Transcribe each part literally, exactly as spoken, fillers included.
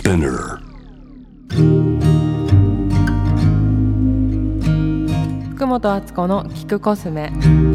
Spinner。 福本敦子の聞くコスメ。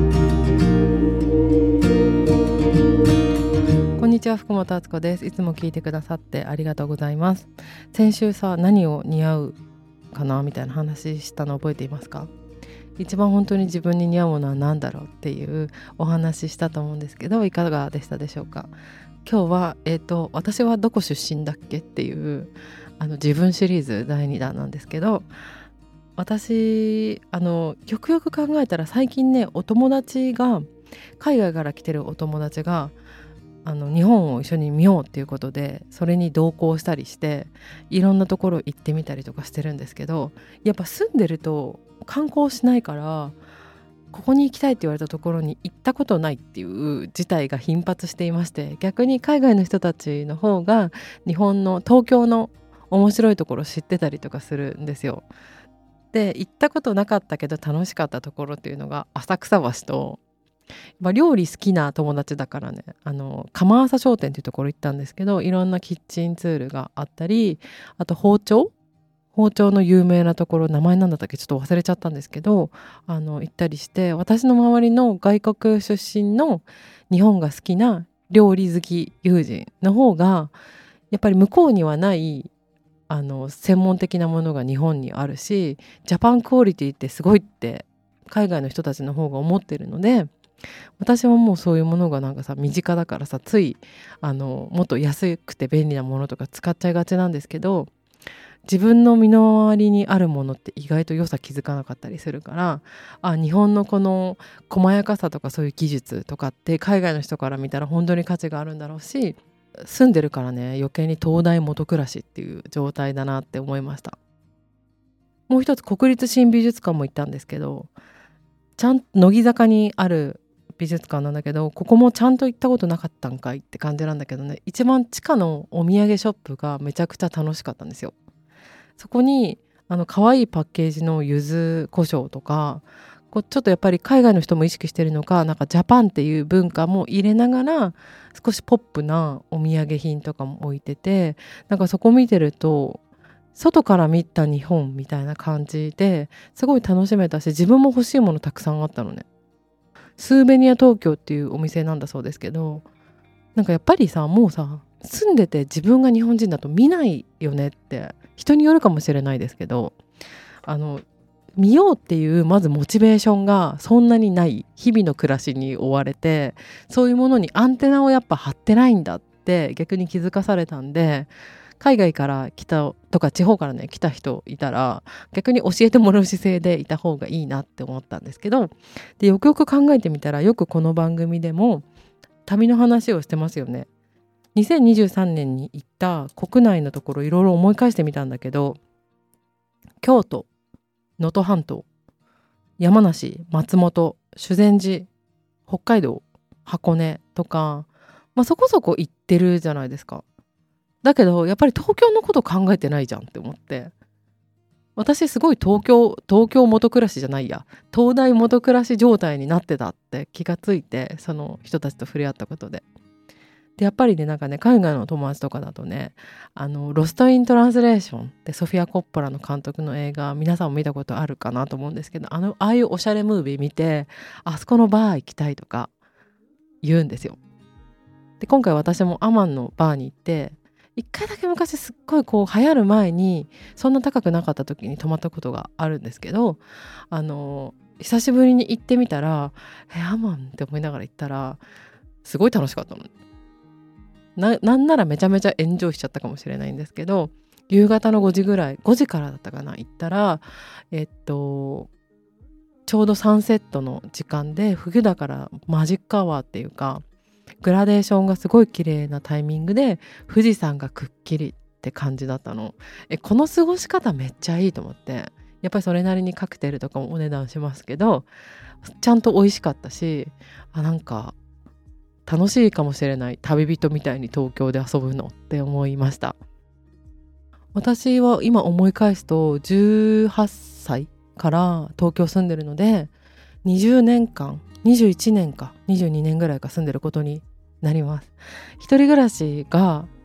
こんにちは、福本敦子です。いつも聞いてくださってありがとうございます。先週さ、何を似合うかなみたいな話したの覚えていますか？一番本当に自分に似合うものは何だろうっていうお話したと思うんですけど、いかがでしたでしょうか？今日は、えーと、私はどこ出身だっけっていうあの自分シリーズだいにだんなんですけど、私あのよくよく考えたら最近ね、お友達が海外から来てるお友達があの日本を一緒に見ようっていうことで、それに同行したりしていろんなところ行ってみたりとかしてるんですけど、やっぱ住んでると観光しないから、ここに行きたいって言われたところに行ったことないっていう事態が頻発していまして、逆に海外の人たちの方が日本の東京の面白いところ知ってたりとかするんですよ。で、行ったことなかったけど楽しかったところっていうのが浅草橋と、まあ、料理好きな友達だからね、あの釜浅商店っていうところ行ったんですけど、いろんなキッチンツールがあったり、あと包丁包丁の有名なところ、名前なんだったっけちょっと忘れちゃったんですけど、あの行ったりして、私の周りの外国出身の日本が好きな料理好き友人の方がやっぱり向こうにはないあの専門的なものが日本にあるし、ジャパンクオリティってすごいって海外の人たちの方が思ってるので、私はもうそういうものがなんかさ身近だからさ、ついあのもっと安くて便利なものとか使っちゃいがちなんですけど、自分の身の回りにあるものって意外と良さ気づかなかったりするから、あ、日本のこの細やかさとかそういう技術とかって海外の人から見たら本当に価値があるんだろうし、住んでるからね、余計に東大元暮らしっていう状態だなって思いました。もう一つ国立新美術館も行ったんですけど、ちゃんと乃木坂にある美術館なんだけど、ここもちゃんと行ったことなかったんかいって感じなんだけどね、一番地下のお土産ショップがめちゃくちゃ楽しかったんですよ。そこにあの可愛いパッケージの柚子胡椒とか、こうちょっとやっぱり海外の人も意識してるのか、なんかジャパンっていう文化も入れながら少しポップなお土産品とかも置いてて、なんかそこ見てると外から見た日本みたいな感じですごい楽しめたし、自分も欲しいものたくさんあったのね。スーベニア東京っていうお店なんだそうですけど、なんかやっぱりさ、もうさ住んでて自分が日本人だと見ないよねって、人によるかもしれないですけど、あの見ようっていうまずモチベーションがそんなにない日々の暮らしに追われて、そういうものにアンテナをやっぱ張ってないんだって逆に気づかされたんで、海外から来たとか地方からね来た人いたら逆に教えてもらう姿勢でいた方がいいなって思ったんですけど、でよくよく考えてみたら、よくこの番組でも旅の話をしてますよね。にせんにじゅうさんねんに行った国内のところいろいろ思い返してみたんだけど、京都、能登半島、山梨、松本、修善寺、北海道、箱根とか、まあ、そこそこ行ってるじゃないですか。だけどやっぱり東京のこと考えてないじゃんって思って、私すごい東京東京元暮らしじゃないや東大元暮らし状態になってたって気がついて、その人たちと触れ合ったことで。でやっぱりね、なんかね、海外の友達とかだとね、あのロストイントランスレーションってソフィア・コッポラの監督の映画、皆さんも見たことあるかなと思うんですけど、あのああいうおしゃれムービー見て、あそこのバー行きたいとか言うんですよ。で今回私もアマンのバーに行って、一回だけ昔すっごいこう流行る前にそんな高くなかった時に泊まったことがあるんですけど、あの久しぶりに行ってみたら、えアマンって思いながら行ったらすごい楽しかったの。な, なんならめちゃめちゃエンジョイしちゃったかもしれないんですけど、夕方のごじぐらい、ごじからだったかな、行ったらえっとちょうどサンセットの時間で、冬だからマジックアワーっていうかグラデーションがすごい綺麗なタイミングで富士山がくっきりって感じだったの。えこの過ごし方めっちゃいいと思って、やっぱりそれなりにカクテルとかもお値段しますけどちゃんと美味しかったし、あなんか楽しいかもしれない、旅人みたいに東京で遊ぶのって思いました。私は今思い返すとじゅうはっさいから東京住んでるので、にじゅうねんかんにじゅういちねんかにじゅうにねんぐらいか住んでることになります。一人暮らしが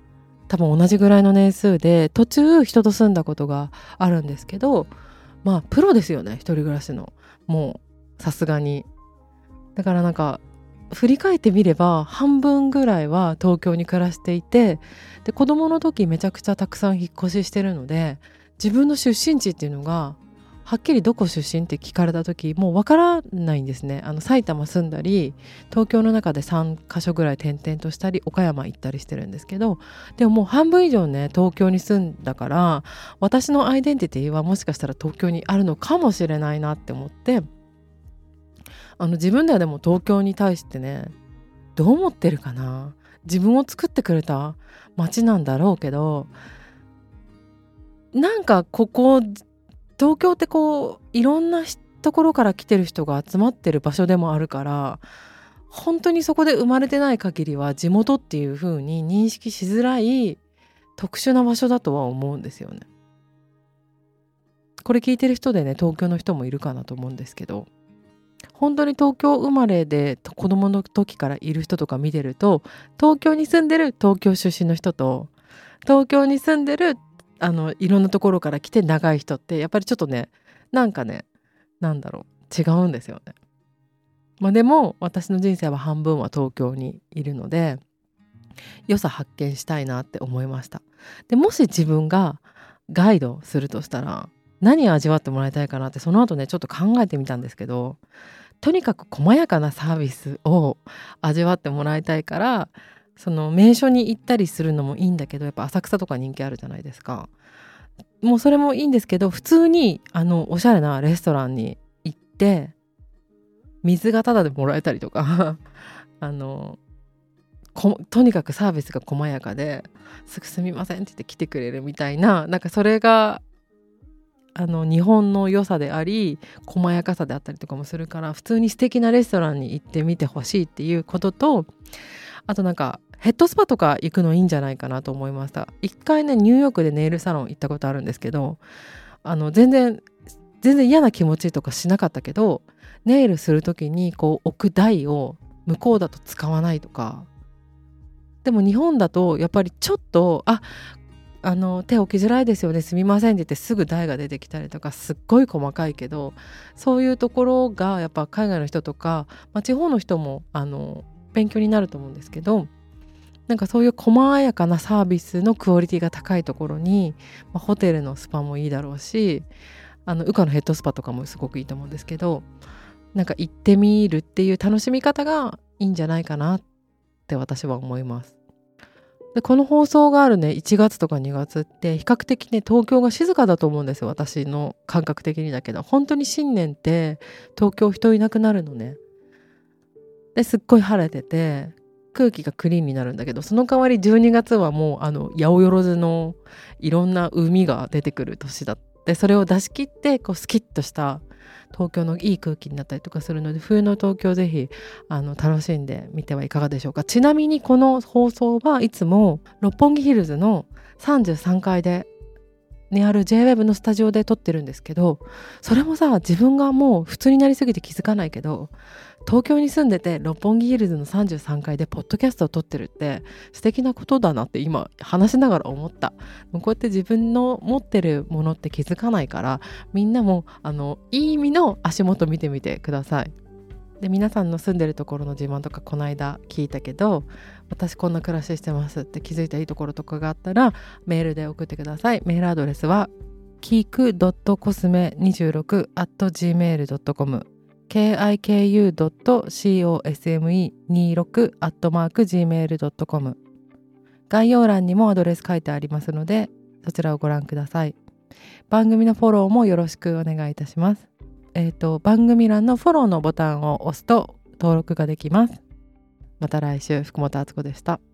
多分同じぐらいの年数で途中人と住んだことがあるんですけど、まあプロですよね、一人暮らしの。もうさすがにだからなんか振り返ってみれば半分ぐらいは東京に暮らしていて、で子供の時めちゃくちゃたくさん引っ越ししてるので、自分の出身地っていうのがはっきりどこ出身って聞かれた時もうわからないんですね。あの埼玉住んだり東京の中でさんカ所ぐらい転々としたり岡山行ったりしてるんですけど、でももう半分以上ね東京に住んだから、私のアイデンティティはもしかしたら東京にあるのかもしれないなって思って、あの自分ではでも東京に対してねどう思ってるかな、自分を作ってくれた街なんだろうけど、なんかここ東京ってこういろんなところから来てる人が集まってる場所でもあるから、本当にそこで生まれてない限りは地元っていう風に認識しづらい特殊な場所だとは思うんですよね。これ聞いてる人でね東京の人もいるかなと思うんですけど、本当に東京生まれで子供の時からいる人とか見てると、東京に住んでる東京出身の人と東京に住んでるあのいろんなところから来て長い人ってやっぱりちょっとねなんかねなんだろう違うんですよね。まあでも私の人生は半分は東京にいるので良さ発見したいなって思いました。でもし自分がガイドするとしたら何を味わってもらいたいかなってその後ねちょっと考えてみたんですけど、とにかく細やかなサービスを味わってもらいたいから、その名所に行ったりするのもいいんだけど、やっぱ浅草とか人気あるじゃないですか。もうそれもいいんですけど、普通にあのおしゃれなレストランに行って水がタダでもらえたりとかあのとにかくサービスが細やかですぐすみませんって言って来てくれるみたいな、なんかそれがあの日本の良さであり細やかさであったりとかもするから、普通に素敵なレストランに行ってみてほしいっていうことと、あとなんかヘッドスパとか行くのいいんじゃないかなと思いました。一回ねニューヨークでネイルサロン行ったことあるんですけど、あの全然全然嫌な気持ちとかしなかったけど、ネイルする時にこう置く台を向こうだと使わないとか、でも日本だとやっぱりちょっとああの手置きづらいですよねすみませんって言ってすぐ台が出てきたりとか、すっごい細かいけどそういうところがやっぱ海外の人とか、まあ、地方の人もあの勉強になると思うんですけど、なんかそういう細やかなサービスのクオリティが高いところに、まあ、ホテルのスパもいいだろうし、あのウカのヘッドスパとかもすごくいいと思うんですけど、なんか行ってみるっていう楽しみ方がいいんじゃないかなって私は思います。でこの放送があるねいちがつとかにがつって比較的ね東京が静かだと思うんですよ、私の感覚的にだけど。本当に新年って東京人いなくなるのね。ですっごい晴れてて空気がクリーンになるんだけど、その代わりじゅうにがつはもうあの八百万のいろんな海が出てくる年だって、それを出し切ってこうスキッとした東京のいい空気になったりとかするので、冬の東京ぜひあの楽しんでみてはいかがでしょうか。ちなみにこの放送はいつも六本木ヒルズのさんじゅうさんかいでにある ジェイウェブ のスタジオで撮ってるんですけど、それもさ自分がもう普通になりすぎて気づかないけど、東京に住んでて六本木ヒルズのさんじゅうさんかいでポッドキャストを撮ってるって素敵なことだなって今話しながら思った。こうやって自分の持ってるものって気づかないから、みんなもあのいい意味の足元見てみてください。で皆さんの住んでるところの自慢とかこの間聞いたけど、私こんな暮らししてますって気づいたいいところとかがあったらメールで送ってください。メールアドレスは キークドットコスメにじゅうろくアットジーメールドットコム ケーアイケーユードットコスメにじゅうろくアットマークジーメールドットコム。 概要欄にもアドレス書いてありますのでそちらをご覧ください。番組のフォローもよろしくお願いいたします。えーと、番組欄のフォローのボタンを押すと登録ができます。また来週、福本敦子でした。